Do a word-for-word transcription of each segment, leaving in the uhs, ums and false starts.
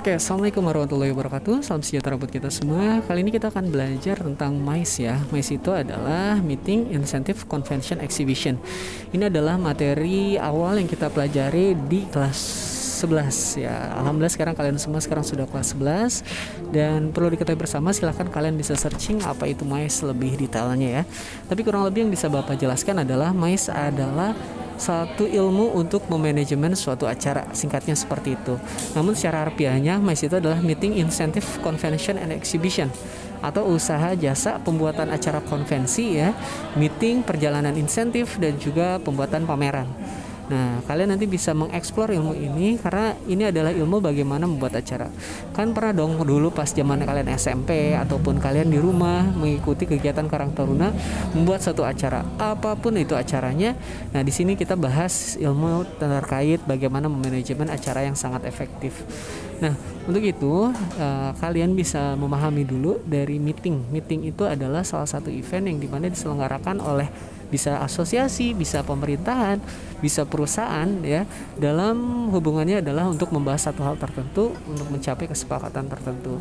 Oke, assalamualaikum warahmatullahi wabarakatuh. Salam sejahtera buat kita semua. Kali ini kita akan belajar tentang M I C E ya. M I C E itu adalah Meeting Incentive Convention Exhibition. Ini adalah materi awal yang kita pelajari di kelas sebelas ya. Alhamdulillah sekarang kalian semua sekarang sudah kelas sebelas, dan perlu diketahui bersama, silahkan kalian bisa searching apa itu M I C E lebih detailnya ya. Tapi kurang lebih yang bisa Bapak jelaskan adalah M I C E adalah satu ilmu untuk memanajemen suatu acara, singkatnya seperti itu. Namun secara harfiahnya M I C E itu adalah Meeting Incentive Convention and Exhibition, atau usaha jasa pembuatan acara konvensi ya, meeting, perjalanan insentif, dan juga pembuatan pameran. Nah, kalian nanti bisa mengeksplor ilmu ini karena ini adalah ilmu bagaimana membuat acara. Kan pernah dong dulu pas zaman kalian S M P ataupun kalian di rumah mengikuti kegiatan Karang Taruna membuat satu acara, apapun itu acaranya. Nah, di sini kita bahas ilmu terkait bagaimana memanajemen acara yang sangat efektif. Nah, untuk itu uh, kalian bisa memahami dulu dari meeting. Meeting itu adalah salah satu event yang dimana diselenggarakan oleh bisa asosiasi, bisa pemerintahan, bisa perusahaan ya. Dalam hubungannya adalah untuk membahas satu hal tertentu, untuk mencapai kesepakatan tertentu.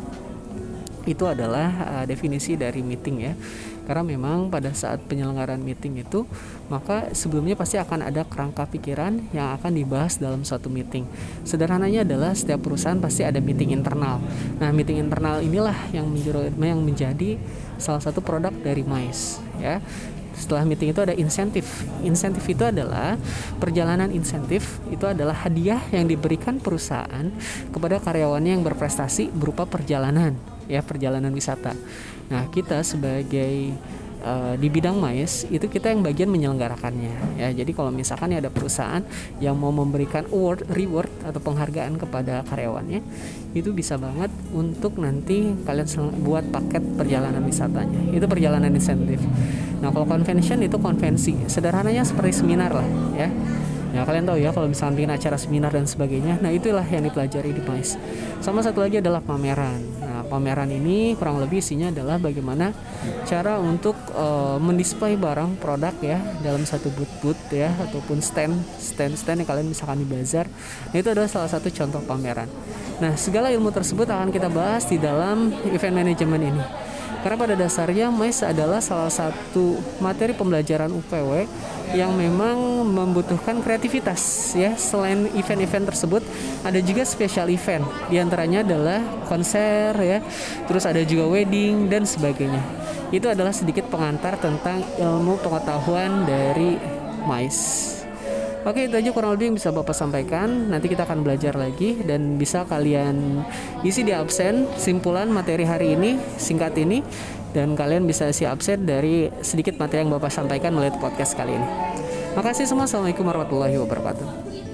Itu adalah uh, definisi dari meeting ya. Karena memang pada saat penyelenggaraan meeting itu, maka sebelumnya pasti akan ada kerangka pikiran yang akan dibahas dalam suatu meeting. Sederhananya adalah setiap perusahaan pasti ada meeting internal. Nah, meeting internal inilah yang menjadi, yang menjadi salah satu produk dari M I C E ya. Setelah meeting itu ada insentif. Insentif itu adalah perjalanan insentif, itu adalah hadiah yang diberikan perusahaan kepada karyawannya yang berprestasi berupa perjalanan, ya, perjalanan wisata. Nah, kita sebagai uh, di bidang M I C E itu kita yang bagian menyelenggarakannya, ya. Jadi kalau misalkan ada perusahaan yang mau memberikan award, reward atau penghargaan kepada karyawannya, itu bisa banget untuk nanti kalian buat paket perjalanan wisatanya. Itu perjalanan insentif. Nah, kalau convention itu konvensi, sederhananya seperti seminar lah ya. Ya, kalian tahu ya kalau misalnya bikin acara seminar dan sebagainya. Nah, itulah yang dipelajari di M I C E. Sama satu lagi adalah pameran. Nah, pameran ini kurang lebih isinya adalah bagaimana cara untuk uh, mendisplay barang produk ya dalam satu booth-booth ya, ataupun stand stand-stand yang kalian misalkan di bazar. Nah, itu adalah salah satu contoh pameran. Nah, segala ilmu tersebut akan kita bahas di dalam event management ini. Karena pada dasarnya M I C E adalah salah satu materi pembelajaran U P W yang memang membutuhkan kreativitas ya. Selain event-event tersebut, ada juga special event. Di antaranya adalah konser ya, terus ada juga wedding dan sebagainya. Itu adalah sedikit pengantar tentang ilmu pengetahuan dari M I C E. Oke, itu aja kurang lebih yang bisa Bapak sampaikan. Nanti kita akan belajar lagi dan bisa kalian isi di absen simpulan materi hari ini, singkat ini, dan kalian bisa isi absen dari sedikit materi yang Bapak sampaikan melalui podcast kali ini. Makasih semua. Assalamualaikum warahmatullahi wabarakatuh.